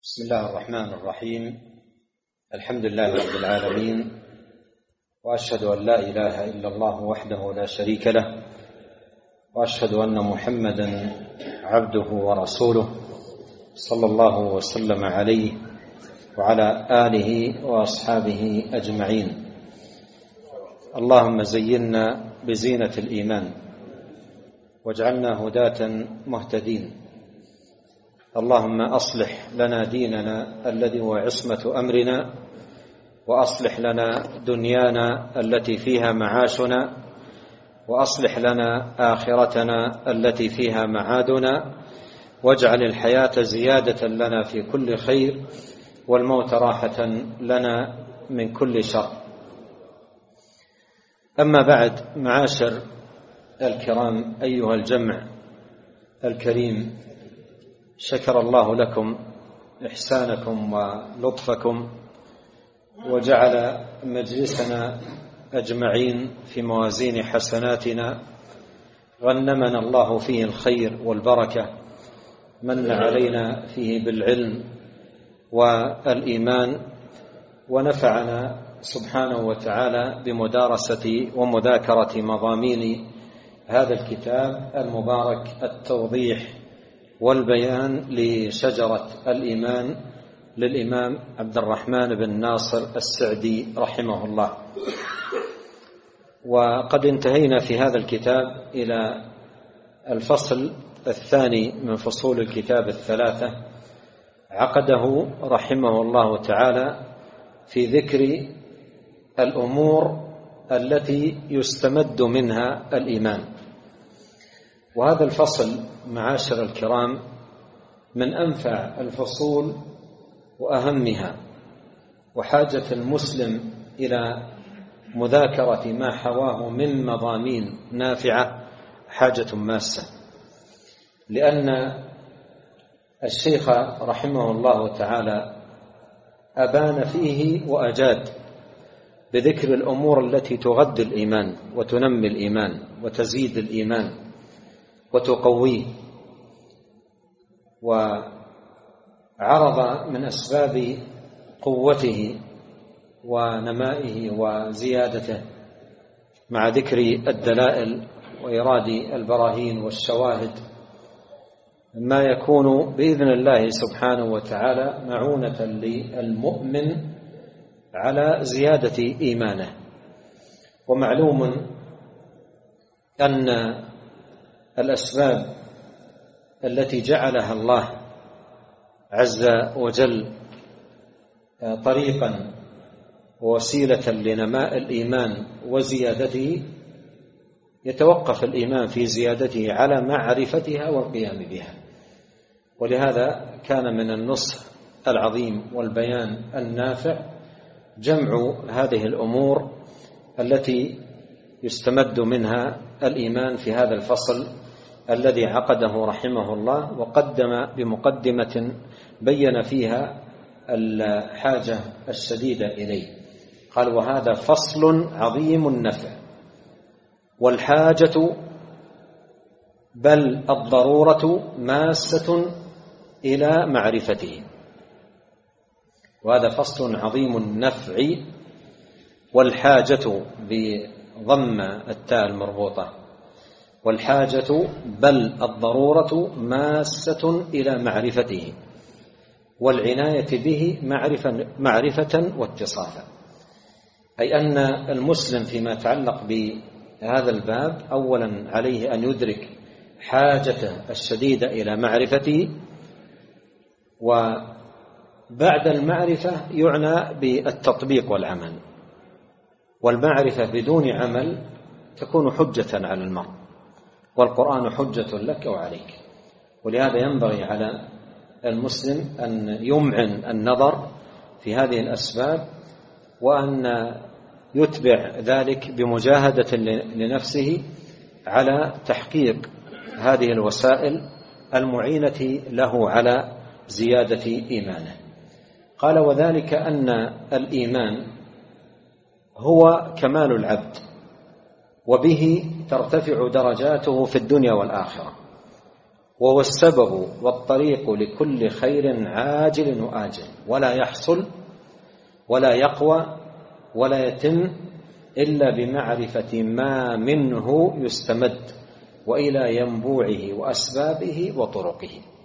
بسم الله الرحمن الرحيم. الحمد لله رب العالمين، وأشهد أن لا إله إلا الله وحده لا شريك له، وأشهد أن محمدا عبده ورسوله صلى الله وسلم عليه وعلى آله وأصحابه أجمعين. اللهم زينا بزينة الإيمان واجعلنا هداة مهتدين. اللهم أصلح لنا ديننا الذي هو عصمة أمرنا، وأصلح لنا دنيانا التي فيها معاشنا، وأصلح لنا آخرتنا التي فيها معادنا، واجعل الحياة زيادة لنا في كل خير، والموت راحة لنا من كل شر. أما بعد، معاشر الكرام، أيها الجمع الكريم، شكر الله لكم إحسانكم ولطفكم، وجعل مجلسنا أجمعين في موازين حسناتنا، غنمنا الله فيه الخير والبركة، من علينا فيه بالعلم والإيمان، ونفعنا سبحانه وتعالى بمدارسة ومذاكرة مضامين هذا الكتاب المبارك، التوضيح والبيان لشجرة الإيمان للإمام عبد الرحمن بن ناصر السعدي رحمه الله. وقد انتهينا في هذا الكتاب إلى الفصل الثاني من فصول الكتاب الثلاثة، عقده رحمه الله تعالى في ذكر الأمور التي يستمد منها الإيمان. وهذا الفصل معاشر الكرام من أنفع الفصول وأهمها، وحاجة المسلم إلى مذاكرة ما حواه من مضامين نافعة حاجة ماسة، لأن الشيخ رحمه الله تعالى أبان فيه وأجاد بذكر الأمور التي تغذي الإيمان وتنمي الإيمان وتزيد الإيمان وتقويه، وعرض من أسباب قوته ونمائه وزيادته مع ذكر الدلائل وإيراد البراهين والشواهد ما يكون بإذن الله سبحانه وتعالى معونة للمؤمن على زيادة إيمانه. ومعلوم أن الأسباب التي جعلها الله عز وجل طريقا ووسيلة لنماء الإيمان وزيادته، يتوقف الإيمان في زيادته على معرفتها والقيام بها. ولهذا كان من النصح العظيم والبيان النافع جمع هذه الأمور التي يستمد منها الإيمان في هذا الفصل الذي عقده رحمه الله، وقدم بمقدمة بين فيها الحاجة الشديدة إليه. قال: وهذا فصل عظيم النفع، والحاجة بل الضرورة ماسة إلى معرفته. وهذا فصل عظيم النفع، والحاجة بضم التاء المربوطة، والحاجة بل الضرورة ماسة إلى معرفته، والعناية به معرفة واتصافا. أي أن المسلم فيما يتعلق بهذا الباب أولا عليه أن يدرك حاجته الشديدة إلى معرفته، وبعد المعرفة يعنى بالتطبيق والعمل. والمعرفة بدون عمل تكون حجة على المرء، والقرآن حجة لك وعليك. ولهذا ينبغي على المسلم أن يمعن النظر في هذه الأسباب، وأن يتبع ذلك بمجاهدة لنفسه على تحقيق هذه الوسائل المعينة له على زيادة إيمانه. قال: وذلك أن الإيمان هو كمال العبد، وبه ترتفع درجاته في الدنيا والآخرة، وهو السبب والطريق لكل خير عاجل وآجل، ولا يحصل ولا يقوى ولا يتم إلا بمعرفة ما منه يستمد، وإلى ينبوعه وأسبابه وطرقه.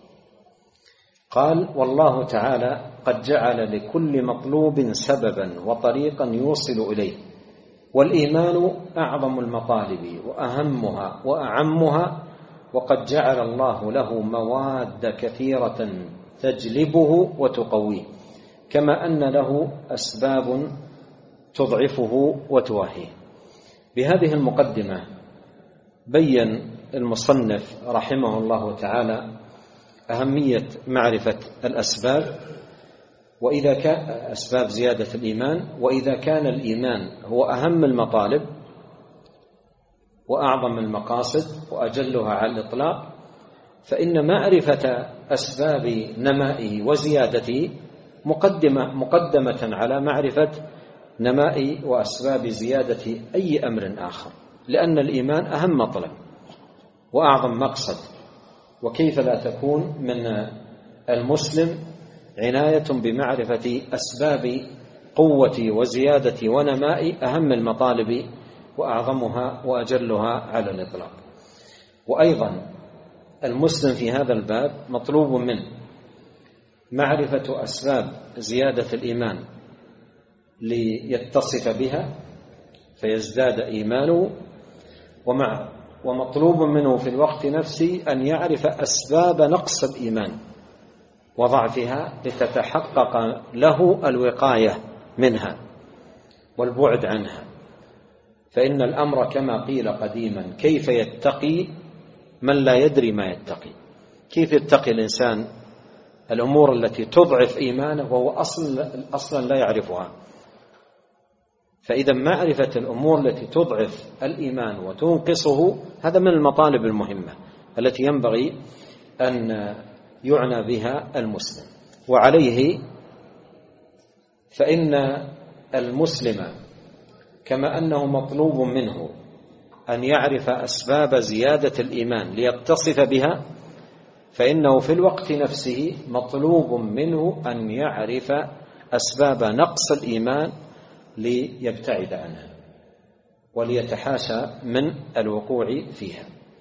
قال: والله تعالى قد جعل لكل مطلوب سببا وطريقا يوصل إليه، والإيمان أعظم المطالب وأهمها وأعمها، وقد جعل الله له مواد كثيرة تجلبه وتقويه، كما أن له أسباب تضعفه وتوهيه. بهذه المقدمة بين المصنف رحمه الله تعالى أهمية معرفة الأسباب، وإذا كان أسباب زيادة الإيمان، وإذا كان الإيمان هو أهم المطالب وأعظم المقاصد وأجلها على الإطلاق، فإن معرفة أسباب نمائه وزيادته مقدمة على معرفة نماء وأسباب زيادة أي أمر آخر، لأن الإيمان أهم مطلب وأعظم مقصد. وكيف لا تكون من المسلم عناية بمعرفة أسباب قوة وزيادة ونماء أهم المطالب وأعظمها وأجلها على الإطلاق. وأيضا المسلم في هذا الباب مطلوب منه معرفة أسباب زيادة الإيمان ليتصف بها فيزداد إيمانه، ومطلوب منه في الوقت نفسه أن يعرف أسباب نقص الإيمان وضعفها لتتحقق له الوقاية منها والبعد عنها. فإن الأمر كما قيل قديما: كيف يتقي من لا يدري ما يتقي؟ كيف يتقي الإنسان الأمور التي تضعف إيمانه وهو أصلا لا يعرفها؟ فإذا معرفة الأمور التي تضعف الإيمان وتنقصه هذا من المطالب المهمة التي ينبغي أن يعنى بها المسلم. وعليه فإن المسلم كما أنه مطلوب منه أن يعرف أسباب زيادة الإيمان ليتصف بها، فإنه في الوقت نفسه مطلوب منه أن يعرف أسباب نقص الإيمان ليبتعد عنها وليتحاشى من الوقوع فيها.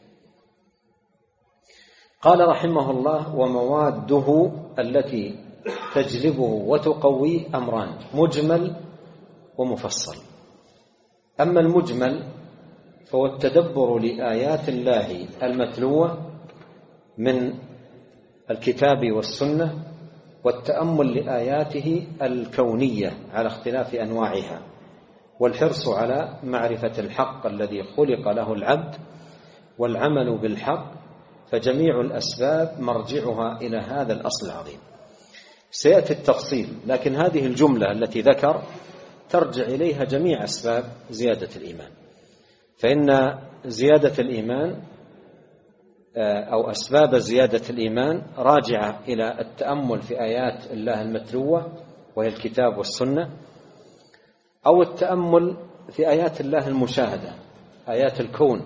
قال رحمه الله: ومواده التي تجلبه وتقويه أمران: مجمل ومفصل. أما المجمل فهو التدبر لآيات الله المتلوة من الكتاب والسنة، والتأمل لآياته الكونية على اختلاف أنواعها، والحرص على معرفة الحق الذي خلق له العبد والعمل بالحق، فجميع الأسباب مرجعها إلى هذا الأصل العظيم. سيأتي التفصيل، لكن هذه الجملة التي ذكر ترجع إليها جميع أسباب زيادة الإيمان. فإن زيادة الإيمان أو أسباب زيادة الإيمان راجعة إلى التأمل في آيات الله المتلوة وهي الكتاب والسنة، أو التأمل في آيات الله المشاهدة، آيات الكون: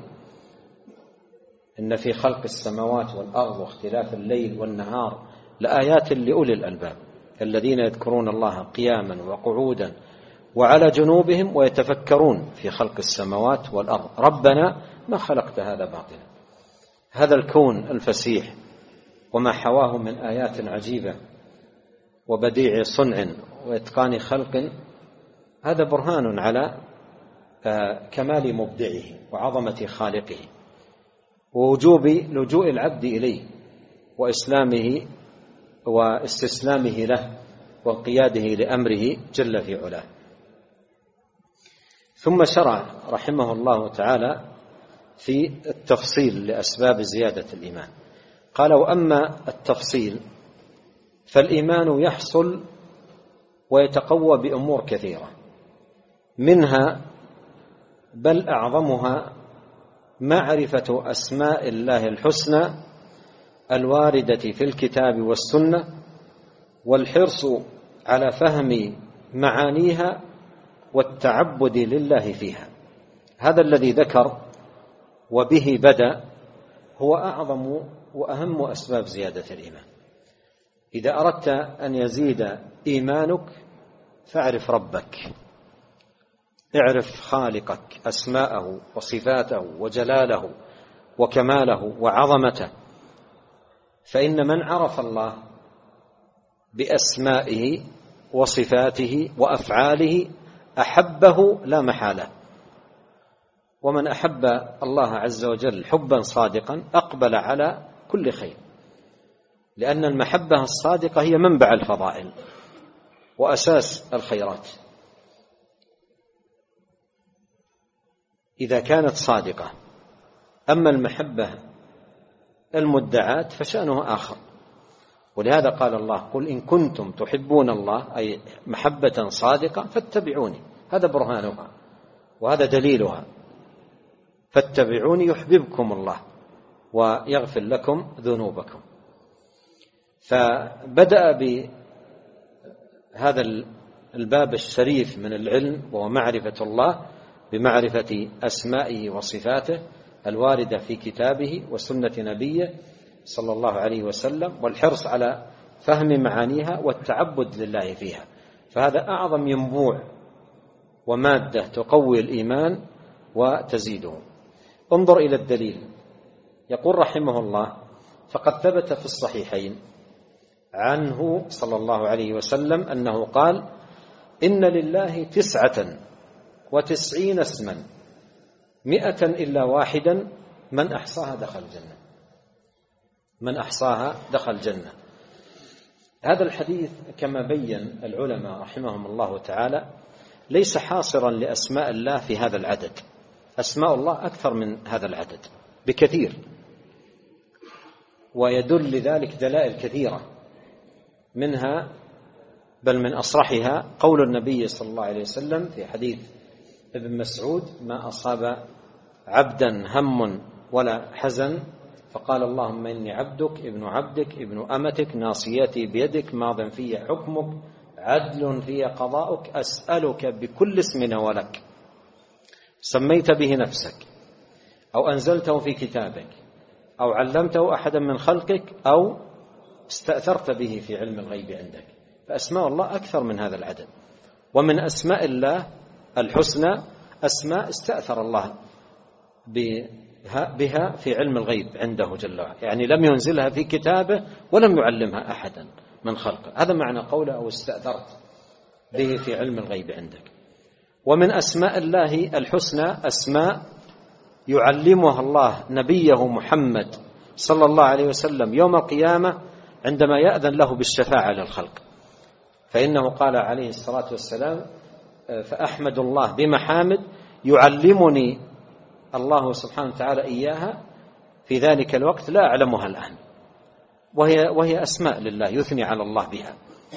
إن في خلق السماوات والأرض واختلاف الليل والنهار لآيات لأولي الألباب الذين يذكرون الله قياما وقعودا وعلى جنوبهم ويتفكرون في خلق السماوات والأرض ربنا ما خلقت هذا باطلا. هذا الكون الفسيح وما حواه من آيات عجيبة وبديع صنع وإتقان خلق، هذا برهان على كمال مبدعه وعظمة خالقه ووجوب لجوء العبد إليه وإسلامه واستسلامه له وانقياده لأمره جل في علاه. ثم شرع رحمه الله تعالى في التفصيل لأسباب زيادة الإيمان. قال: وأما التفصيل فالإيمان يحصل ويتقوى بأمور كثيرة، منها بل أعظمها معرفة أسماء الله الحسنى الواردة في الكتاب والسنة، والحرص على فهم معانيها والتعبد لله فيها. هذا الذي ذكر وبه بدأ هو أعظم وأهم أسباب زيادة الإيمان. إذا أردت أن يزيد إيمانك فاعرف ربك، اعرف خالقك، أسماءه وصفاته وجلاله وكماله وعظمته. فإن من عرف الله بأسمائه وصفاته وأفعاله أحبه لا محالة، ومن أحب الله عز وجل حبا صادقا أقبل على كل خير، لأن المحبة الصادقة هي منبع الفضائل وأساس الخيرات. إذا كانت صادقة. أما المحبة المدعاة فشأنه آخر، ولهذا قال الله: قل إن كنتم تحبون الله، أي محبة صادقة، فاتبعوني. هذا برهانها وهذا دليلها، فاتبعوني يحببكم الله ويغفر لكم ذنوبكم. فبدأ بهذا الباب الشريف من العلم وهو معرفة الله بمعرفة أسمائه وصفاته الواردة في كتابه وسنة نبيه صلى الله عليه وسلم، والحرص على فهم معانيها والتعبد لله فيها. فهذا أعظم ينبوع ومادة تقوي الإيمان وتزيده. انظر إلى الدليل. يقول رحمه الله: فقد ثبت في الصحيحين عنه صلى الله عليه وسلم أنه قال: إن لله 99 اسما 100 إلا واحدا من أحصاها دخل الجنة. من أحصاها دخل الجنة. هذا الحديث كما بين العلماء رحمهم الله تعالى ليس حاصرا لأسماء الله في هذا العدد، أسماء الله أكثر من هذا العدد بكثير، ويدل لذلك دلائل كثيرة، منها بل من أصرحها قول النبي صلى الله عليه وسلم في حديث ابن مسعود: ما أصاب عبدا هم ولا حزن فقال اللهم إني عبدك ابن عبدك ابن أمتك ناصيتي بيدك ماض في حكمك عدل في قضاؤك أسألك بكل اسم هو لك سميت به نفسك أو أنزلته في كتابك أو علمته أحدا من خلقك أو استأثرت به في علم الغيب عندك. فأسماء الله أكثر من هذا العدد. ومن أسماء الله الحسنى أسماء استأثر الله بها في علم الغيب عنده جل وعلا، يعني لم ينزلها في كتابه ولم يعلمها أحدا من خلقه. هذا معنى قوله أو استأثرت به في علم الغيب عندك. ومن أسماء الله الحسنى أسماء يعلمها الله نبيه محمد صلى الله عليه وسلم يوم القيامة عندما يأذن له بالشفاعة للخلق، فإنه قال عليه الصلاة والسلام: فأحمد الله بمحامد يعلمني الله سبحانه وتعالى إياها في ذلك الوقت لا أعلمها الآن، وهي أسماء لله يثني على الله بها.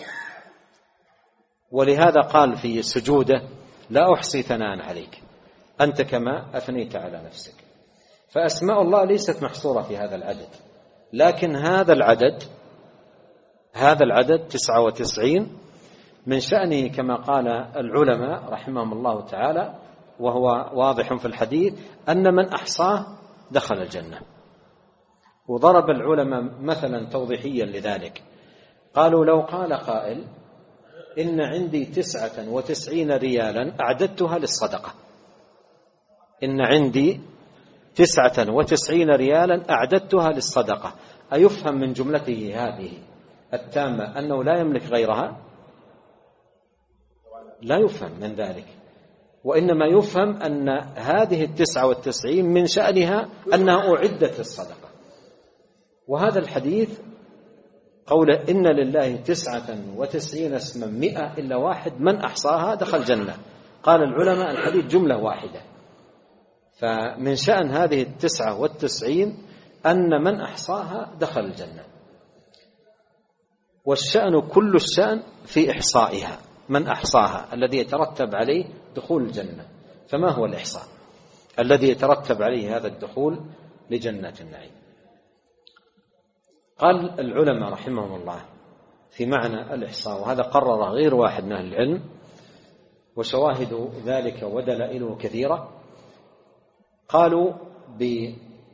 ولهذا قال في سجوده: لا أحصي ثناء عليك أنت كما أثنيت على نفسك. فأسماء الله ليست محصورة في هذا العدد، لكن هذا العدد 99 من شأنه كما قال العلماء رحمهم الله تعالى وهو واضح في الحديث أن من أحصاه دخل الجنة. وضرب العلماء مثلا توضيحيا لذلك، قالوا: لو قال قائل إن عندي 99 ريالا أعددتها للصدقة، إن عندي 99 ريالا أعددتها للصدقة، أيفهم من جملته هذه التامة أنه لا يملك غيرها؟ لا يفهم من ذلك، وإنما يفهم أن هذه 99 من شأنها أنها أعدت للصدقة. وهذا الحديث قول إن لله 99 اسما 100 إلا واحد من أحصاها دخل الجنة، قال العلماء الحديث جملة واحدة، فمن شأن هذه 99 أن من أحصاها دخل الجنة. والشأن كل الشأن في إحصائها، من أحصاها الذي يترتب عليه دخول الجنة. فما هو الإحصاء الذي يترتب عليه هذا الدخول لجنة النعيم؟ قال العلماء رحمهم الله في معنى الإحصاء، وهذا قرر غير واحد من أهل العلم، وشواهد ذلك ودلائله كثيرة، قالوا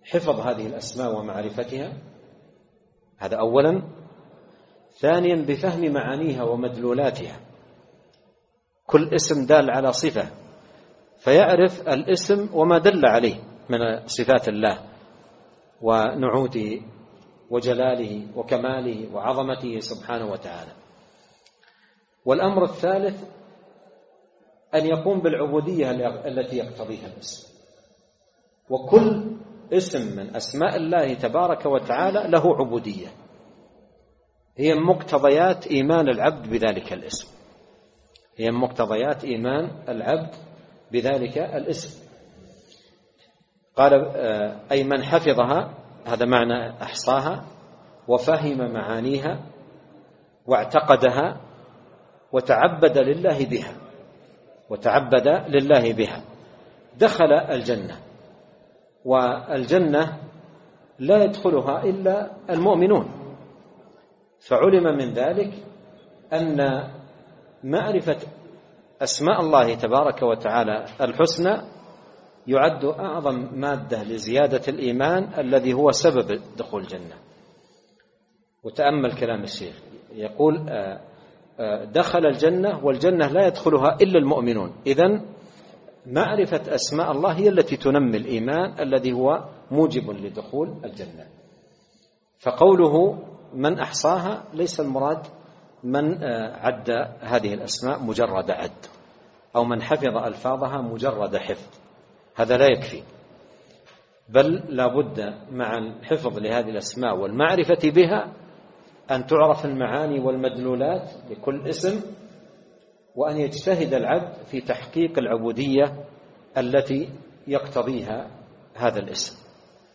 حفظ هذه الأسماء ومعرفتها، هذا أولا. ثانيا بفهم معانيها ومدلولاتها، كل اسم دال على صفة فيعرف الاسم وما دل عليه من صفات الله ونعوته وجلاله وكماله وعظمته سبحانه وتعالى. والأمر الثالث أن يقوم بالعبودية التي يقتضيها الاسم، وكل اسم من أسماء الله تبارك وتعالى له عبودية هي مقتضيات إيمان العبد بذلك الاسم، هي مقتضيات إيمان العبد بذلك الاسم. قال أي من حفظها، هذا معنى أحصاها، وفهم معانيها واعتقدها وتعبد لله بها، وتعبد لله بها دخل الجنة. والجنة لا يدخلها إلا المؤمنون، فعلم من ذلك أن معرفة أسماء الله تبارك وتعالى الحسنى يعد أعظم مادة لزيادة الإيمان الذي هو سبب دخول الجنة. وتأمل كلام الشيخ، يقول دخل الجنة والجنة لا يدخلها إلا المؤمنون، إذن معرفة أسماء الله هي التي تنمي الإيمان الذي هو موجب لدخول الجنة. فقوله من أحصاها ليس المراد من عد هذه الأسماء مجرد عد، أو من حفظ ألفاظها مجرد حفظ، هذا لا يكفي، بل لا بد مع الحفظ لهذه الأسماء والمعرفة بها أن تعرف المعاني والمدلولات لكل اسم، وأن يجتهد العبد في تحقيق العبودية التي يقتضيها هذا الاسم.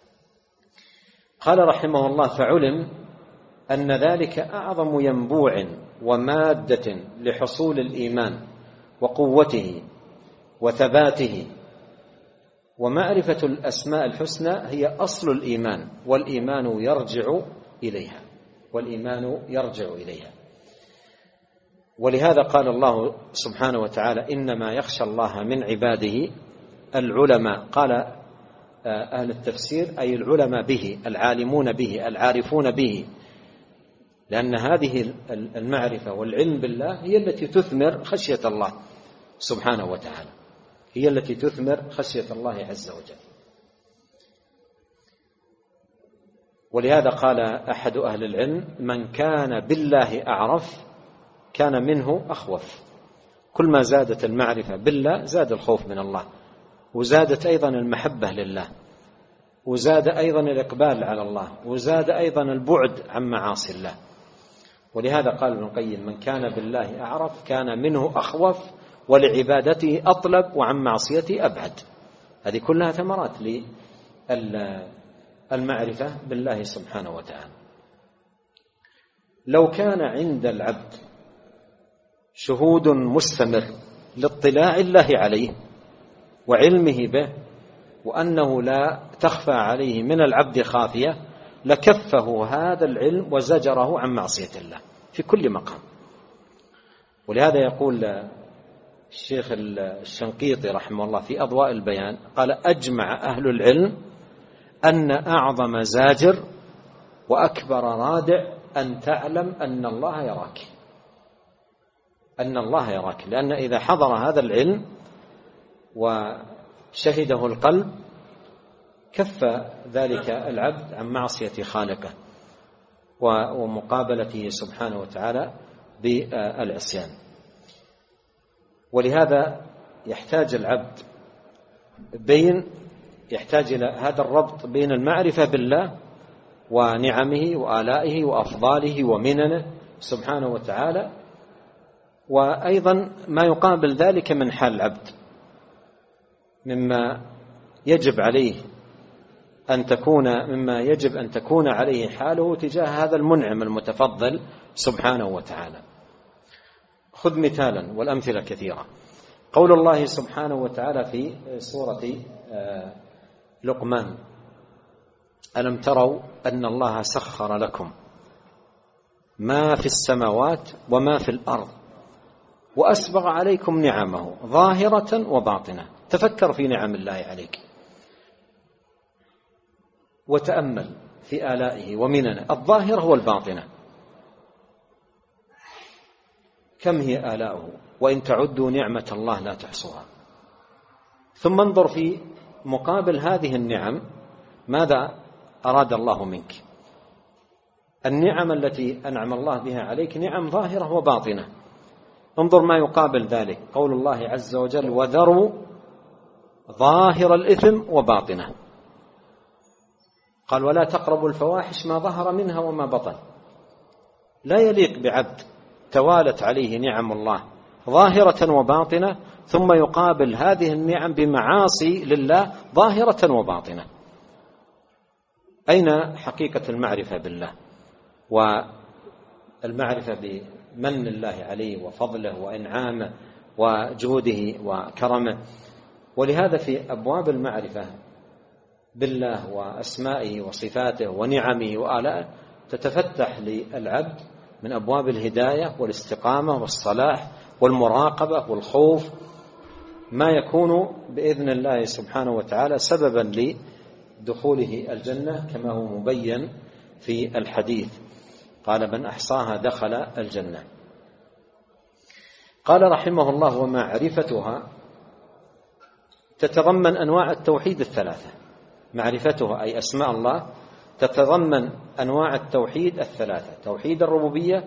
قال رحمه الله فعلم أن ذلك أعظم ينبوع ومادة لحصول الإيمان وقوته وثباته. ومعرفة الأسماء الحسنى هي أصل الإيمان، والإيمان يرجع إليها، والإيمان يرجع إليها. ولهذا قال الله سبحانه وتعالى إنما يخشى الله من عباده العلماء. قال أهل التفسير أي العلماء به، العالمون به، العارفون به، لأن هذه المعرفة والعلم بالله هي التي تثمر خشية الله سبحانه وتعالى، هي التي تثمر خشية الله عز وجل. ولهذا قال أحد أهل العلم من كان بالله أعرف كان منه أخوف. كل ما زادت المعرفة بالله زاد الخوف من الله، وزادت أيضا المحبة لله، وزاد أيضا الإقبال على الله، وزاد أيضا البعد عن معاصي الله. ولهذا قال ابن القيم من كان بالله أعرف كان منه أخوف ولعبادته أطلب وعن معصيته أبعد. هذه كلها ثمرات للمعرفة بالله سبحانه وتعالى. لو كان عند العبد شهود مستمر لاطلاع الله عليه وعلمه به، وأنه لا تخفى عليه من العبد خافية، لكفه هذا العلم وزجره عن معصية الله في كل مقام. ولهذا يقول الشيخ الشنقيطي رحمه الله في أضواء البيان قال أجمع أهل العلم أن أعظم زاجر وأكبر رادع أن تعلم أن الله يراك، أن الله يراك، لأن إذا حضر هذا العلم وشهده القلب كف ذلك العبد عن معصية خالقه ومقابلته سبحانه وتعالى بالعصيان. ولهذا يحتاج العبد يحتاج إلى هذا الربط بين المعرفة بالله ونعمه وآلائه وأفضاله ومننه سبحانه وتعالى، وأيضا ما يقابل ذلك من حال العبد مما يجب أن تكون عليه حاله تجاه هذا المنعم المتفضل سبحانه وتعالى. خذ مثالا والأمثلة كثيرة. قول الله سبحانه وتعالى في سورة لقمان ألم تروا أن الله سخر لكم ما في السماوات وما في الأرض وأسبغ عليكم نعمه ظاهرة وباطنة. تفكر في نعم الله عليك، وتأمل في آلائه ومننه الظاهرة والباطنة، كم هي آلاؤه، وإن تعدوا نعمة الله لا تحصوها. ثم انظر في مقابل هذه النعم ماذا أراد الله منك. النعم التي أنعم الله بها عليك نعم ظاهرة وباطنة. انظر ما يقابل ذلك، قول الله عز وجل: وذروا ظاهر الإثم وباطنه. قال: ولا تقربوا الفواحش ما ظهر منها وما بطن. لا يليق بعبد توالت عليه نعم الله ظاهرة وباطنة ثم يقابل هذه النعم بمعاصي لله ظاهرة وباطنة. أين حقيقة المعرفة بالله والمعرفة بمن الله عليه وفضله وإنعامه وجوده وكرمه؟ ولهذا في أبواب المعرفة بالله وأسمائه وصفاته ونعمه وآلائه تتفتح للعبد من أبواب الهداية والاستقامة والصلاح والمراقبة والخوف، ما يكون بإذن الله سبحانه وتعالى سببا لدخوله الجنة كما هو مبين في الحديث، قال: من أحصاها دخل الجنة. قال رحمه الله: ومعرفتها تتضمن أنواع التوحيد الثلاثة. معرفتها أي أسماء الله تتضمن أنواع التوحيد الثلاثة: توحيد الربوبية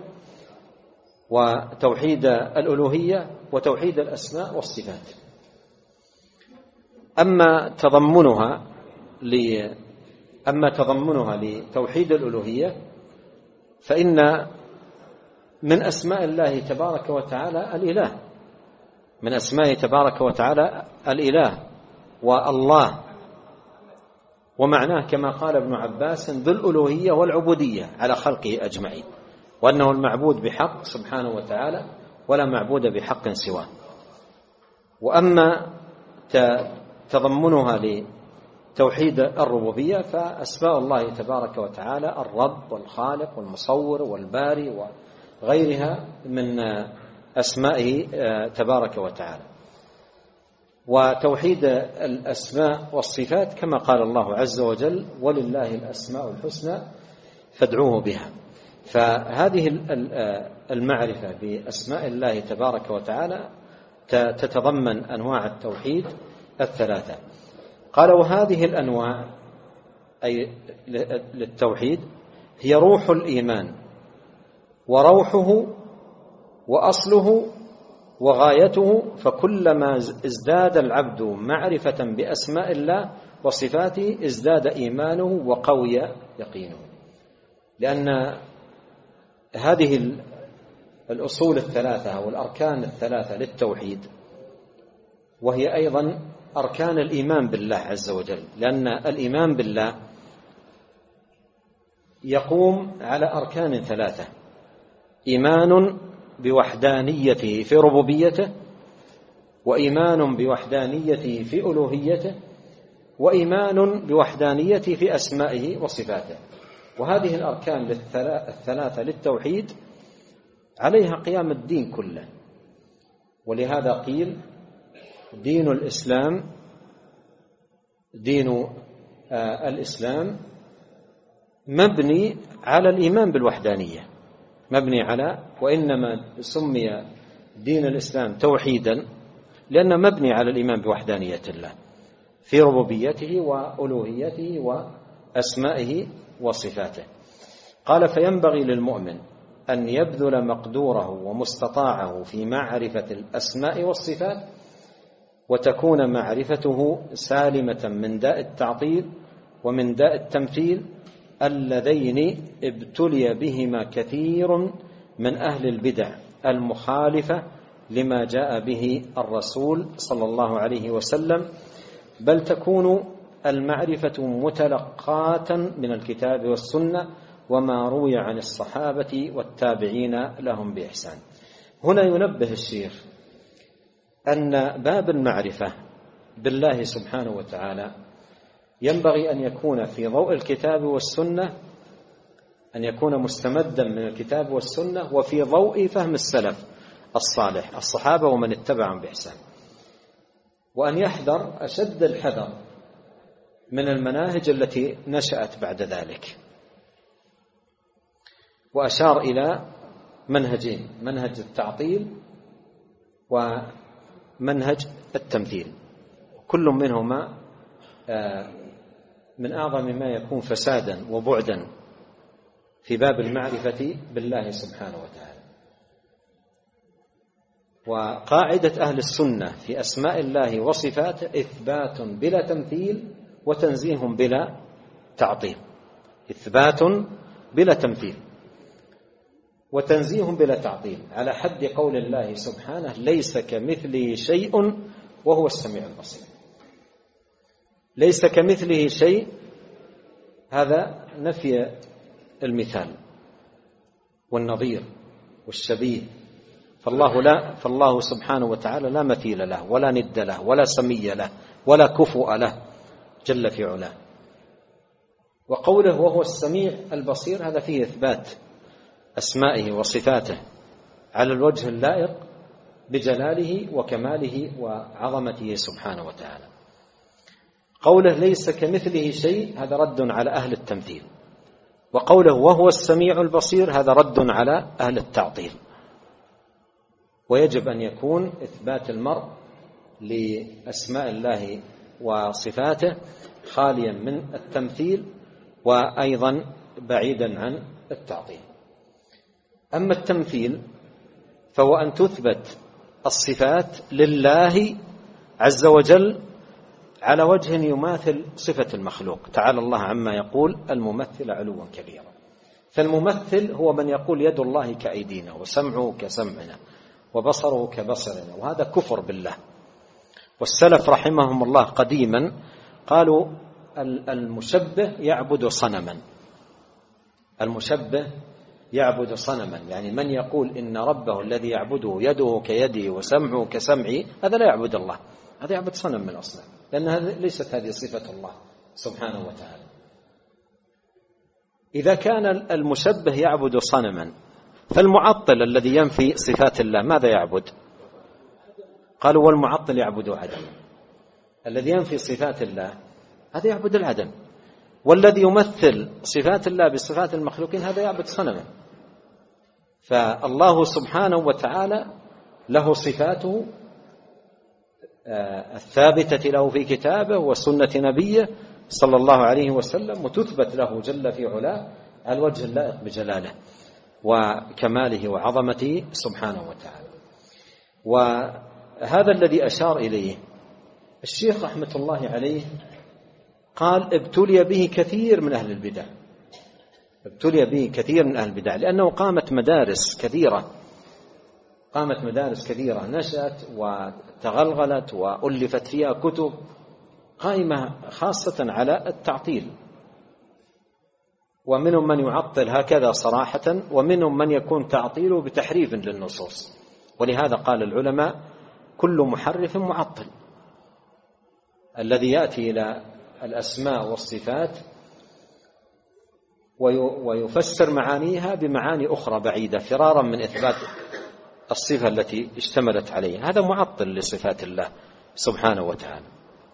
وتوحيد الألوهية وتوحيد الأسماء والصفات. أما تضمنها لتوحيد الألوهية فإن من أسماء الله تبارك وتعالى الإله، من أسمائه تبارك وتعالى الإله والله، ومعناه كما قال ابن عباس: ذو الألوهية والعبودية على خلقه أجمعين، وأنه المعبود بحق سبحانه وتعالى ولا معبود بحق سواه. وأما تضمنها لتوحيد الربوبية فأسماء الله تبارك وتعالى الرب والخالق والمصور والباري وغيرها من أسمائه تبارك وتعالى. وتوحيد الأسماء والصفات كما قال الله عز وجل: ولله الأسماء الحسنى فادعوه بها. فهذه المعرفة بأسماء الله تبارك وتعالى تتضمن أنواع التوحيد الثلاثة. قال: وهذه الأنواع أي للتوحيد هي روح الإيمان وروحه وأصله وغايته، فكلما ازداد العبد معرفة بأسماء الله وصفاته ازداد إيمانه وقوي يقينه، لأن هذه الأصول الثلاثة والأركان الثلاثة للتوحيد وهي أيضا أركان الإيمان بالله عز وجل، لأن الإيمان بالله يقوم على أركان ثلاثة: إيمان بوحدانيته في ربوبيته، وإيمان بوحدانيته في ألوهيته، وإيمان بوحدانيته في أسمائه وصفاته. وهذه الأركان الثلاثة للتوحيد عليها قيام الدين كله. ولهذا قيل: دين الإسلام مبني على الإيمان بالوحدانية، مبني على، وإنما سمي دين الإسلام توحيدا لأنه مبني على الإيمان بوحدانية الله في ربوبيته وألوهيته وأسمائه وصفاته. قال: فينبغي للمؤمن أن يبذل مقدوره ومستطاعه في معرفة الأسماء والصفات، وتكون معرفته سالمة من داء التعطيل ومن داء التمثيل اللذين ابتلي بهما كثير من أهل البدع المخالفة لما جاء به الرسول صلى الله عليه وسلم، بل تكون المعرفة متلقاة من الكتاب والسنة وما روي عن الصحابة والتابعين لهم بإحسان. هنا ينبه الشيخ أن باب المعرفة بالله سبحانه وتعالى ينبغي أن يكون في ضوء الكتاب والسنة، أن يكون مستمدا من الكتاب والسنة وفي ضوء فهم السلف الصالح الصحابة ومن اتبعهم بإحسان، وأن يحذر أشد الحذر من المناهج التي نشأت بعد ذلك، وأشار إلى منهجين: منهج التعطيل ومنهج التمثيل، كل منهما من أعظم ما يكون فسادا وبعدا في باب المعرفة بالله سبحانه وتعالى. وقاعدة أهل السنة في أسماء الله وصفاته إثبات بلا تمثيل وتنزيه بلا تعطيل. إثبات بلا تمثيل وتنزيه بلا تعطيل، على حد قول الله سبحانه: ليس كمثله شيء وهو السميع البصير. ليس كمثله شيء، هذا نفي المثال والنظير والشبيه، فالله سبحانه وتعالى لا مثيل له ولا ند له ولا سمي له ولا كفؤ له جل في علاه. وقوله وهو السميع البصير هذا فيه إثبات أسمائه وصفاته على الوجه اللائق بجلاله وكماله وعظمته سبحانه وتعالى. قوله ليس كمثله شيء هذا رد على أهل التمثيل، وقوله وهو السميع البصير هذا رد على أهل التعطيل. ويجب أن يكون إثبات المرء لأسماء الله وصفاته خاليا من التمثيل وأيضا بعيدا عن التعطيل. أما التمثيل فهو أن تثبت الصفات لله عز وجل على وجه يماثل صفة المخلوق. تعالى الله عما يقول الممثل علوا كبيرا. فالممثل هو من يقول يد الله كأيدينا وسمعه كسمعنا وبصره كبصرنا، وهذا كفر بالله. والسلف رحمهم الله قديما قالوا المشبه يعبد صنما. المشبه يعبد صنما، يعني من يقول إن ربه الذي يعبده يده كيدي وسمعه كسمعي، هذا لا يعبد الله، هذا يعبد صنم من الأصنام، لأن ليست هذه صفة الله سبحانه وتعالى. إذا كان المشبه يعبد صنما، فالمعطل الذي ينفي صفات الله ماذا يعبد؟ قالوا والمعطل يعبد عدما. الذي ينفي صفات الله هذا يعبد العدم، والذي يمثل صفات الله بصفات المخلوقين هذا يعبد صنما. فالله سبحانه وتعالى له صفاته الثابتة له في كتابه وسنة نبيه صلى الله عليه وسلم، وتثبت له جل في علاه على الوجه اللائق بجلاله وكماله وعظمته سبحانه وتعالى. وهذا الذي أشار إليه الشيخ رحمة الله عليه، قال ابتلي به كثير من أهل البدع، ابتلي به كثير من أهل البدع، لأنه قامت مدارس كثيرة نشأت وتغلغلت وألفت فيها كتب قائمة خاصة على التعطيل، ومنهم من يعطل هكذا صراحة، ومنهم من يكون تعطيله بتحريف للنصوص. ولهذا قال العلماء كل محرف معطل. الذي يأتي إلى الأسماء والصفات ويفسر معانيها بمعاني أخرى بعيدة فرارا من إثبات الصفة التي اشتملت عليها، هذا معطل لصفات الله سبحانه وتعالى.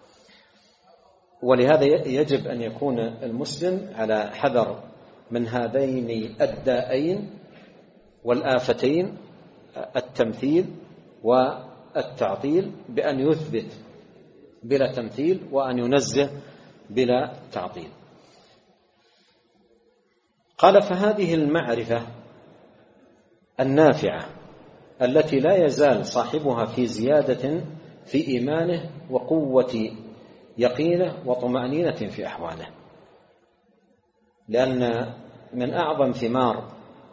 ولهذا يجب أن يكون المسلم على حذر من هذين الدائين والآفتين، التمثيل والتعطيل، بأن يثبت بلا تمثيل وأن ينزه بلا تعطيل. قال فهذه المعرفة النافعة التي لا يزال صاحبها في زيادة في إيمانه وقوة يقينه وطمأنينة في أحواله، لأن من أعظم ثمار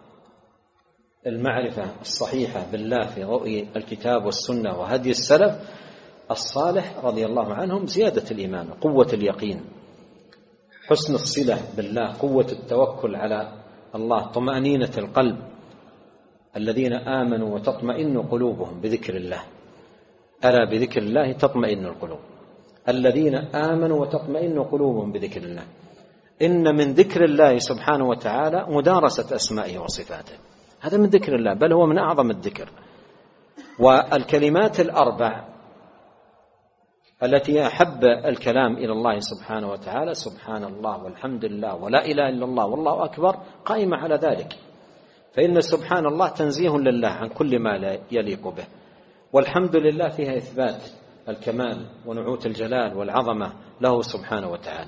المعرفة الصحيحة بالله في ضوء الكتاب والسنة وهدي السلف الصالح رضي الله عنهم زيادة الإيمان، قوة اليقين، حسن الصلة بالله، قوة التوكل على الله، طمأنينة القلب. الذين آمنوا وتطمئن قلوبهم بذكر الله، ألا بذكر الله تطمئن القلوب. الذين آمنوا وتطمئن قلوبهم بذكر الله. إن من ذكر الله سبحانه وتعالى مدارسة أسمائه وصفاته، هذا من ذكر الله، بل هو من أعظم الذكر. والكلمات الأربع التي أحب الكلام إلى الله سبحانه وتعالى سبحان الله والحمد لله ولا إله إلا الله والله أكبر قائمة على ذلك، فإن سبحان الله تنزيه لله عن كل ما لا يليق به، والحمد لله فيها إثبات الكمال ونعوت الجلال والعظمة له سبحانه وتعالى،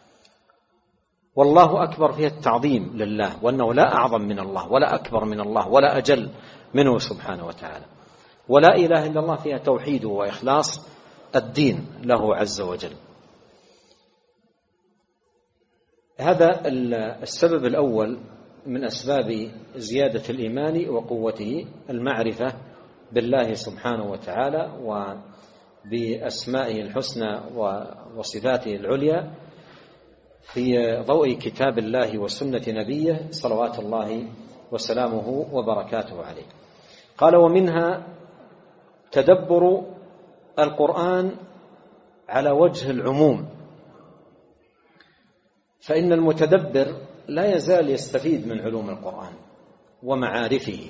والله أكبر فيها التعظيم لله، وأنه لا أعظم من الله ولا أكبر من الله ولا أجل منه سبحانه وتعالى، ولا إله إلا الله فيها توحيد وإخلاص الدين له عز وجل. هذا السبب الأول من أسباب زيادة الإيمان وقوته، المعرفة بالله سبحانه وتعالى وبأسمائه الحسنى وصفاته العليا في ضوء كتاب الله وسنة نبيه صلوات الله وسلامه وبركاته عليه. قال: ومنها تدبر القرآن على وجه العموم، فإن المتدبر لا يزال يستفيد من علوم القرآن ومعارفه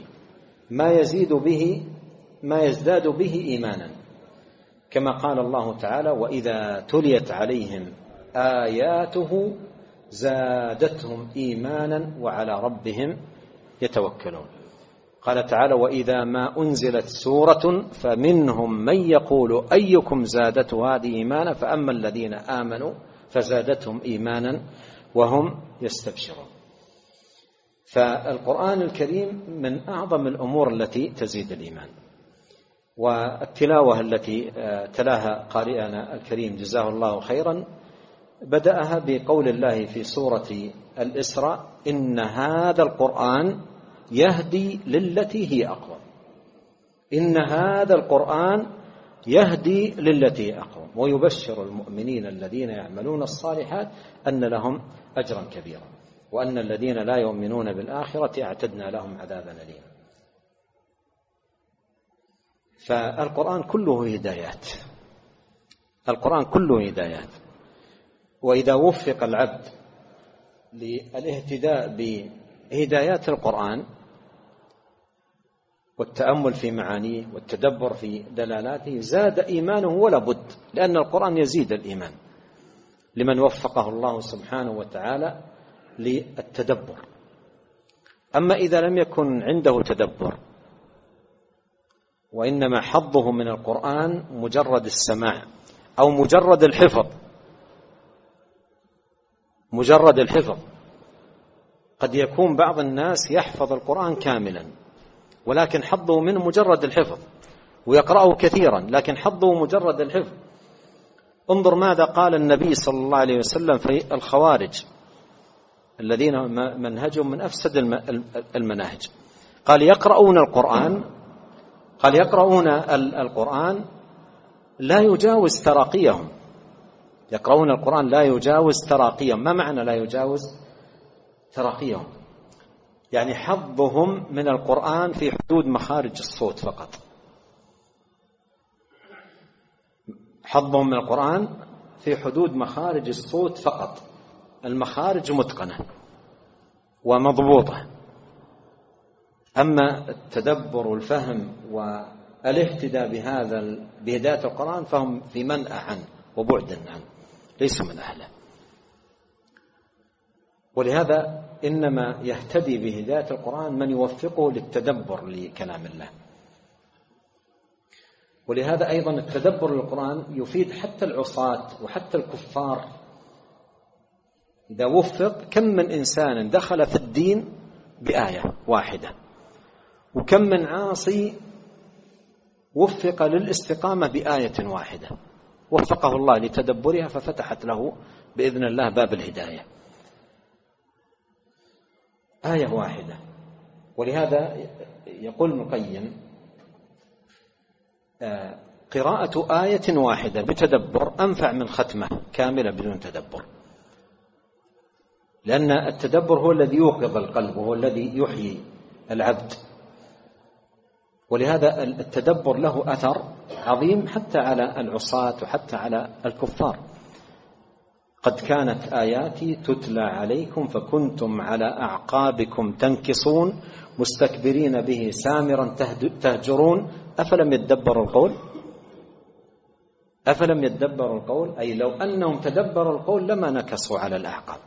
ما يزداد به إيمانا، كما قال الله تعالى: وإذا تليت عليهم آياته زادتهم إيمانا وعلى ربهم يتوكلون. قال تعالى: وإذا ما أنزلت سورة فمنهم من يقول أيكم زادته هذه إيمانا فأما الذين آمنوا فزادتهم إيمانا وهم يستبشرون. فالقرآن الكريم من أعظم الأمور التي تزيد الإيمان، والتلاوة التي تلاها قارئنا الكريم جزاه الله خيرا بدأها بقول الله في سورة الإسراء: إن هذا القرآن يهدي للتي هي أقوم. إن هذا القرآن يهدي للتي هي أقوم ويبشر المؤمنين الذين يعملون الصالحات أن لهم أجرا كبيرا وأن الذين لا يؤمنون بالآخرة أعتدنا لهم عذابا أليما. فالقرآن كله هدايات، القرآن كله هدايات، وإذا وفق العبد للاهتداء بهدايات القرآن والتأمل في معانيه والتدبر في دلالاته زاد إيمانه ولا بد، لأن القرآن يزيد الإيمان لمن وفقه الله سبحانه وتعالى للتدبر. أما إذا لم يكن عنده تدبر وإنما حظه من القرآن مجرد السماع أو مجرد الحفظ، قد يكون بعض الناس يحفظ القرآن كاملا ولكن حظه منه مجرد الحفظ، ويقرأه كثيرا لكن حظه مجرد الحفظ. انظر ماذا قال النبي صلى الله عليه وسلم في الخوارج الذين منهجهم من أفسد المناهج. قال: يقرؤون القرآن لا يجاوز تراقيهم. يقرؤون القرآن لا يجاوز تراقيهم. ما معنى لا يجاوز تراقيهم؟ يعني حظهم من القرآن في حدود مخارج الصوت فقط. حظهم من القرآن في حدود مخارج الصوت فقط، المخارج متقنة ومضبوطة. أما التدبر والفهم والاهتداء بهداية القرآن فهم في منأى عنه وبعد عنه، ليسوا من أهله. ولهذا إنما يهتدي بهداية القرآن من يوفقه للتدبر لكلام الله. ولهذا أيضا التدبر للقرآن يفيد حتى العصاة وحتى الكفار إذا وفق. كم من إنسان دخل في الدين بآية واحدة، وكم من عاصي وفق للاستقامة بآية واحدة وفقه الله لتدبرها ففتحت له بإذن الله باب الهداية. آية واحدة. ولهذا يقول ابن القيم: قراءة آية واحدة بتدبر أنفع من ختمة كاملة بدون تدبر، لأن التدبر هو الذي يوقظ القلب وهو الذي يحيي العبد. ولهذا التدبر له أثر عظيم حتى على العصاة وحتى على الكفار. قد كانت آياتي تتلى عليكم فكنتم على أعقابكم تنكصون مستكبرين به سامرا تهجرون أفلم يدبروا القول. أفلم يدبروا القول، أي لو أنهم تدبروا القول لما نكصوا على الأعقاب.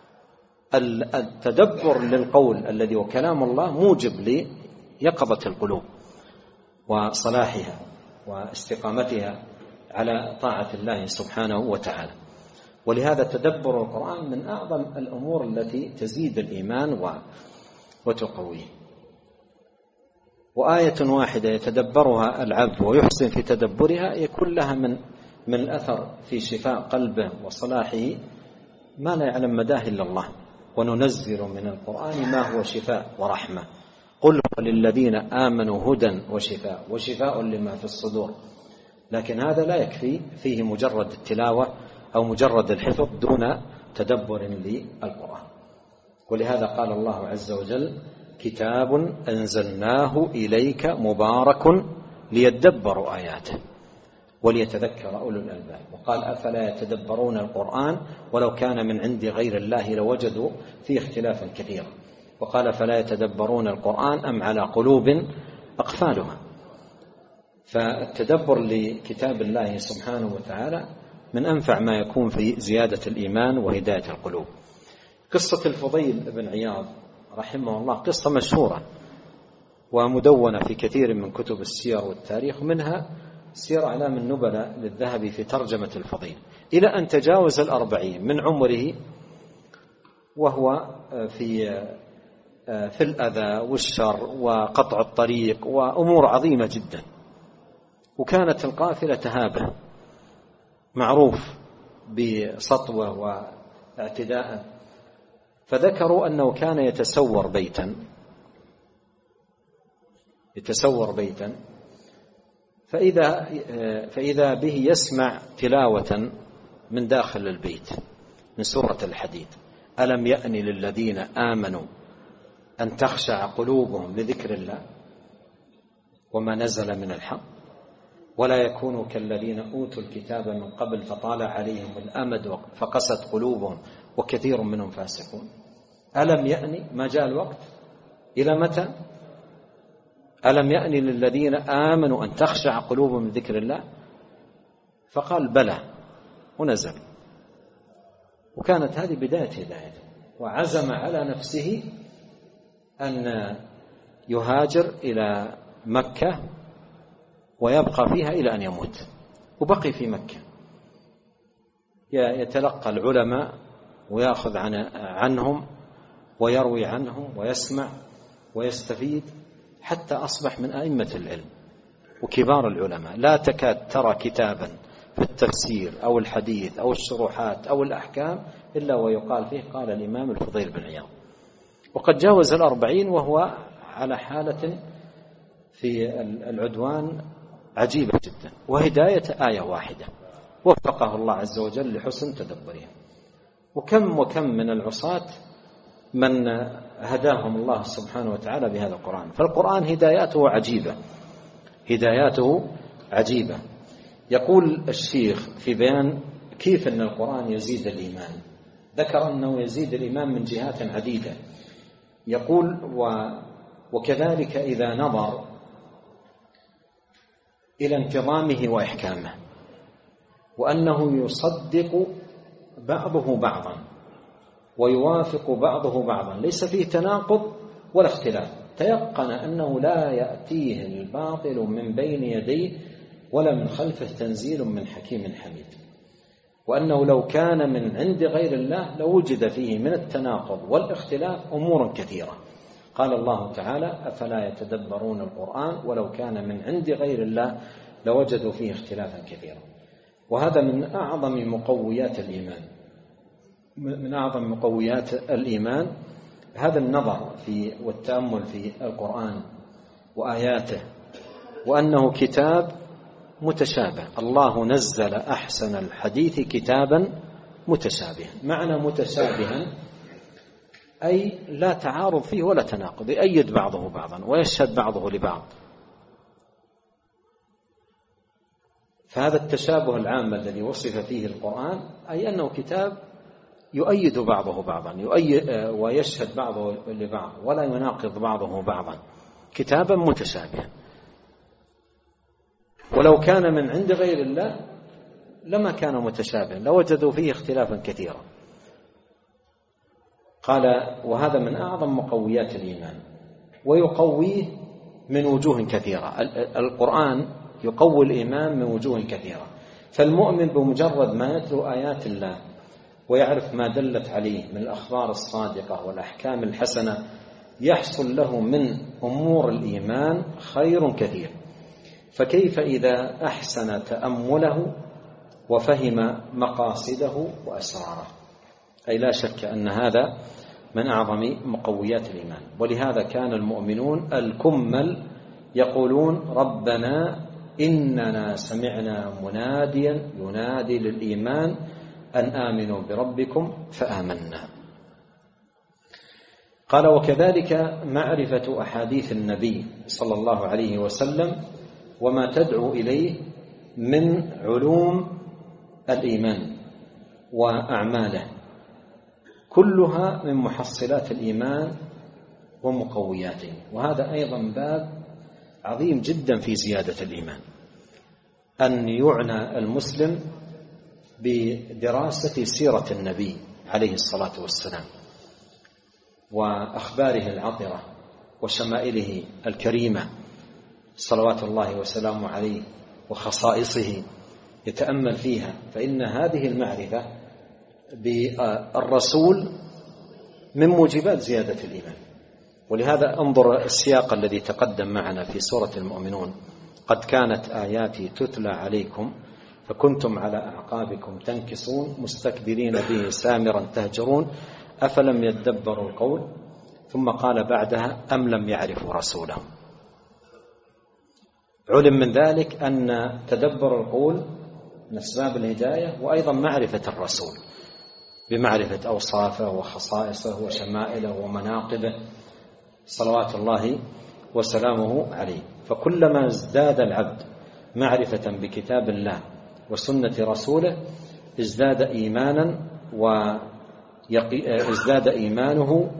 التدبر للقول الذي هو كلام الله موجب ليقظة القلوب وصلاحها واستقامتها على طاعة الله سبحانه وتعالى. ولهذا تدبر القرآن من أعظم الأمور التي تزيد الإيمان وتقويه. وآية واحدة يتدبرها العبد ويحسن في تدبرها يكون لها من الأثر في شفاء قلبه وصلاحه ما لا يعلم مداه إلا الله. وننزل من القرآن ما هو شفاء ورحمة، قل هو للذين آمنوا هدى وشفاء لما في الصدور. لكن هذا لا يكفي، فيه مجرد التلاوة أو مجرد الحفظ دون تدبر للقرآن. ولهذا قال الله عز وجل: كتاب أنزلناه إليك مبارك ليدبروا آياته وليتذكر أولو الألباب. وقال: أفلا يتدبرون القرآن ولو كان من عند غير الله لوجدوا فيه اختلافا كثيرا. وقال: فلا يتدبرون القرآن أم على قلوب أقفالها. فالتدبر لكتاب الله سبحانه وتعالى من أنفع ما يكون في زيادة الإيمان وهداية القلوب. قصة الفضيل بن عياض رحمه الله قصة مشهورة ومدونة في كثير من كتب السير والتاريخ، منها سير أعلام النبلاء للذهبي في ترجمة الفضيل، إلى أن تجاوز 40 من عمره وهو في الأذى والشر وقطع الطريق وأمور عظيمة جدا. وكانت القافلة تهابه، معروف بسطوة واعتداء. فذكروا أنه كان يتسور بيتا فإذا به يسمع تلاوة من داخل البيت من سورة الحديد: ألم يأن للذين آمنوا أن تخشع قلوبهم لذكر الله وما نزل من الحق ولا يكونوا كالذين أوتوا الكتاب من قبل فطال عليهم الأمد فقست قلوبهم وكثير منهم فاسقون. ألم يأن، ما جاء الوقت، إلى متى؟ ألم يأن للذين آمنوا أن تخشع قلوبهم من ذكر الله؟ فقال: بلى، ونزل. وكانت هذه بداية هدايته، وعزم على نفسه أن يهاجر إلى مكة ويبقى فيها إلى أن يموت. وبقي في مكة يتلقى العلماء ويأخذ عنهم ويروي عنهم ويسمع ويستفيد، حتى أصبح من أئمة العلم وكبار العلماء. لا تكاد ترى كتابا في التفسير أو الحديث أو الشروحات أو الأحكام إلا ويقال فيه قال الإمام الفضيل بن عياض. وقد جاوز 40 وهو على حالة في العدوان عجيبة جدا، وهداية آية واحدة وفقه الله عز وجل لحسن تدبرها. وكم من العصاة من هداهم الله سبحانه وتعالى بهذا القرآن. فالقرآن هداياته عجيبة. يقول الشيخ في بيان كيف أن القرآن يزيد الإيمان، ذكر أنه يزيد الإيمان من جهات عديدة. يقول: وكذلك إذا نظر إلى انتظامه وإحكامه، وأنه يصدق بعضه بعضا ويوافق بعضه بعضا، ليس فيه تناقض ولا اختلاف. تيقن أنه لا يأتيه الباطل من بين يديه ولا من خلفه، تنزيل من حكيم حميد. وأنه لو كان من عند غير الله لوجد فيه من التناقض والاختلاف أمور كثيرة. قال الله تعالى: أفلا يتدبرون القرآن ولو كان من عند غير الله لوجدوا فيه اختلافا كثيرا. وهذا من أعظم مقويات الإيمان، هذا النظر والتأمل في القرآن وآياته، وأنه كتاب متشابه. الله نزل أحسن الحديث كتابا متشابها. معنى متشابها أي لا تعارض فيه ولا تناقض، يؤيد بعضه بعضا ويشهد بعضه لبعض. فهذا التشابه العام الذي وصف فيه القرآن أي أنه كتاب يؤيد بعضه بعضا ويشهد بعضه لبعض ولا يناقض بعضه بعضا، كتابا متشابها. ولو كان من عند غير الله لما كان متشابها لوجدوا فيه اختلافا كثيرا. قال وهذا من أعظم مقويات الإيمان، ويقويه من وجوه كثيرة. القرآن يقوي الإيمان من وجوه كثيرة. فالمؤمن بمجرد ما يتلو آيات الله ويعرف ما دلت عليه من الأخبار الصادقة والأحكام الحسنة يحصل له من أمور الإيمان خير كثير. فكيف إذا أحسن تأمله وفهم مقاصده وأسراره؟ أي لا شك أن هذا من أعظم مقويات الإيمان. ولهذا كان المؤمنون الكمل يقولون ربنا إننا سمعنا مناديا ينادي للإيمان أن آمنوا بربكم فآمنا. قال وكذلك معرفة أحاديث النبي صلى الله عليه وسلم وما تدعو إليه من علوم الإيمان وأعماله كلها من محصلات الإيمان ومقوياته. وهذا أيضا باب عظيم جدا في زيادة الإيمان، أن يعنى المسلم بدراسة سيرة النبي عليه الصلاة والسلام وأخباره العطرة وشمائله الكريمة صلوات الله وسلامه عليه وخصائصه، يتأمل فيها، فإن هذه المعرفة بالرسول من موجبات زيادة الإيمان. ولهذا انظر السياق الذي تقدم معنا في سورة المؤمنون: قد كانت آياتي تتلى عليكم فكنتم على أعقابكم تنكصون مستكبرين به سامرا تهجرون أفلم يدبروا القول. ثم قال بعدها: أم لم يعرفوا رسولهم. علم من ذلك أن تدبر القول من أسباب الهداية، وأيضا معرفة الرسول بمعرفة أوصافه وخصائصه وشمائله ومناقبه صلوات الله وسلامه عليه. فكلما ازداد العبد معرفة بكتاب الله وسنة رسوله ازداد إيمانه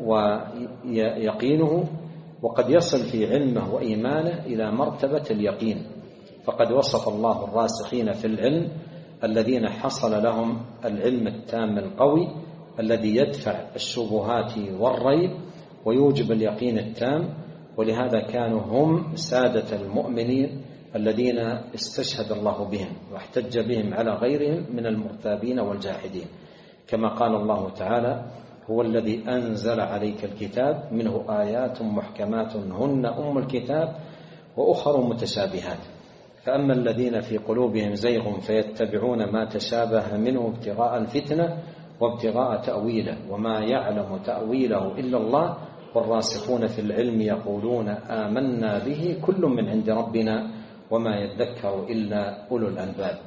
ويقينه، وقد يصل في علمه وإيمانه إلى مرتبة اليقين. فقد وصف الله الراسخين في العلم الذين حصل لهم العلم التام القوي الذي يدفع الشبهات والريب ويوجب اليقين التام. ولهذا كانوا هم سادة المؤمنين الذين استشهد الله بهم واحتج بهم على غيرهم من المرتابين والجاحدين، كما قال الله تعالى: هو الذي أنزل عليك الكتاب منه آيات محكمات هن أم الكتاب وأخر متشابهات فأما الذين في قلوبهم زيغ فيتبعون ما تشابه منه ابتغاء الفتنة وابتغاء تأويله وما يعلم تأويله إلا الله والراسخون في العلم يقولون آمنا به كل من عند ربنا وما يذكر إلا أولو الألباب.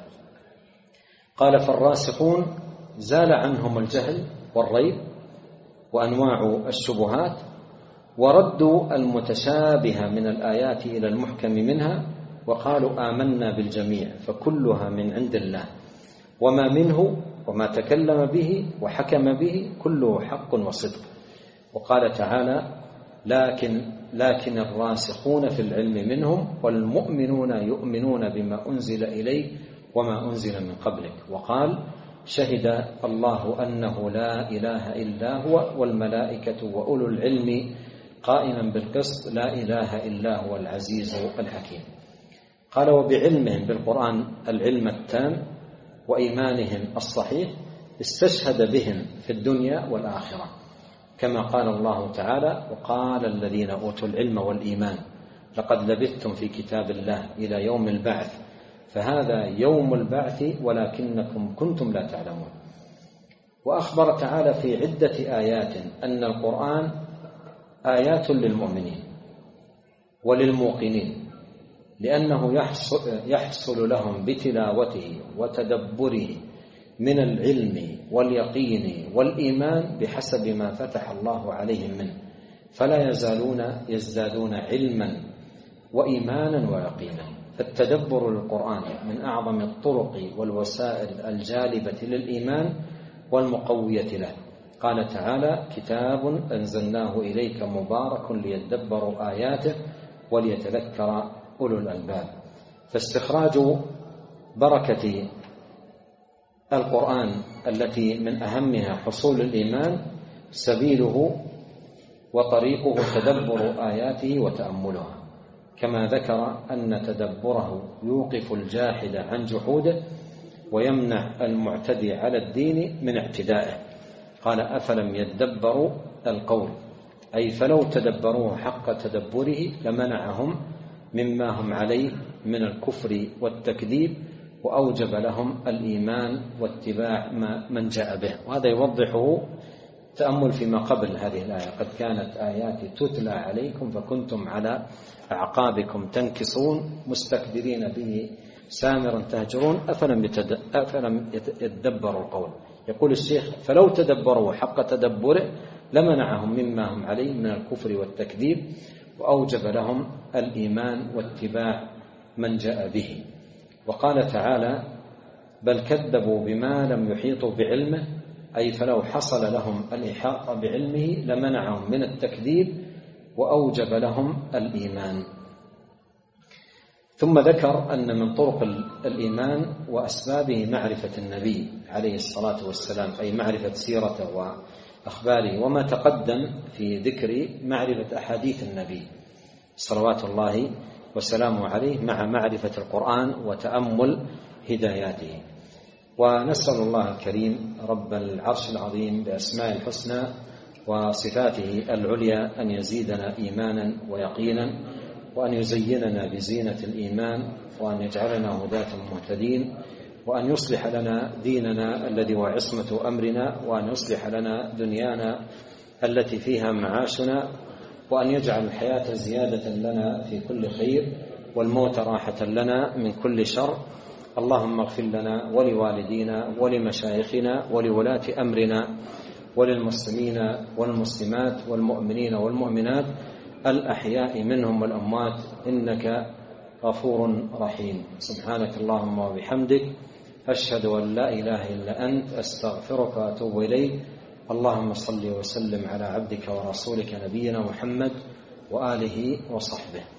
قال: فالراسخون زال عنهم الجهل والريب وأنواع الشبهات، وردوا المتشابه من الآيات إلى المحكم منها، وقالوا آمنا بالجميع فكلها من عند الله وما منه وما تكلم به وحكم به كله حق وصدق. وقال تعالى: لكن الراسخون في العلم منهم والمؤمنون يؤمنون بما أنزل إليك وما أنزل من قبلك. وقال: شهد الله أنه لا إله إلا هو والملائكة وأولو العلم قائما بالقسط لا إله إلا هو العزيز الحكيم. قال: وبعلمهم بالقرآن العلم التام وإيمانهم الصحيح استشهد بهم في الدنيا والآخرة، كما قال الله تعالى: وقال الذين أوتوا العلم والإيمان لقد لبثتم في كتاب الله إلى يوم البعث فهذا يوم البعث ولكنكم كنتم لا تعلمون. وأخبر تعالى في عدة آيات أن القرآن آيات للمؤمنين وللموقنين، لأنه يحصل لهم بتلاوته وتدبره من العلم واليقين والإيمان بحسب ما فتح الله عليهم منه، فلا يزدادون علما وإيمانا ويقينا. فالتدبر للقرآن من أعظم الطرق والوسائل الجالبة للإيمان والمقوية له. قال تعالى: كتاب أنزلناه إليك مبارك ليدبروا آياته وليتذكر أولو الألباب. فاستخراج بركة القرآن التي من أهمها حصول الإيمان سبيله وطريقه تدبر آياته وتأملها، كما ذكر أن تدبره يوقف الجاحد عن جحوده ويمنع المعتدي على الدين من اعتدائه. قال: أفلم يدبروا القول، أي فلو تدبروه حق تدبره لمنعهم مما هم عليه من الكفر والتكذيب، وأوجب لهم الإيمان واتباع من جاء به. وهذا يوضحه تأمل فيما قبل هذه الآية: قد كانت آياتي تتلى عليكم فكنتم على أعقابكم تنكصون مستكبرين به سامرا تهجرون أفلم يتدبروا القول. يقول الشيخ: فلو تدبروا حق تدبره لمنعهم مما هم عليه من الكفر والتكذيب، وأوجب لهم الإيمان واتباع من جاء به. وقال تعالى: بل كذبوا بما لم يحيطوا بعلمه، أي فلو حصل لهم الإحاطة بعلمه لمنعهم من التكذيب وأوجب لهم الإيمان. ثم ذكر أن من طرق الإيمان وأسبابه معرفة النبي عليه الصلاة والسلام، أي معرفة سيرته وأخباره، وما تقدم في ذكر معرفة أحاديث النبي صلوات الله وسلامه عليه مع معرفة القرآن وتأمل هداياته. ونسأل الله الكريم رب العرش العظيم بأسماء الحسنى وصفاته العليا أن يزيدنا إيمانا ويقينا، وأن يزيننا بزينة الإيمان، وأن يجعلنا هداة مهتدين، وأن يصلح لنا ديننا الذي هو عصمة أمرنا، وأن يصلح لنا دنيانا التي فيها معاشنا، وأن يجعل الحياة زيادة لنا في كل خير والموت راحة لنا من كل شر. اللهم اغفر لنا ولوالدينا ولمشايخنا ولولاة أمرنا وللمسلمين والمسلمات والمؤمنين والمؤمنات الأحياء منهم والأموات، إنك غفور رحيم. سبحانك اللهم وبحمدك، أشهد أن لا إله إلا أنت، أستغفرك وأتوب إليك. اللهم صل وسلم على عبدك ورسولك نبينا محمد وآله وصحبه.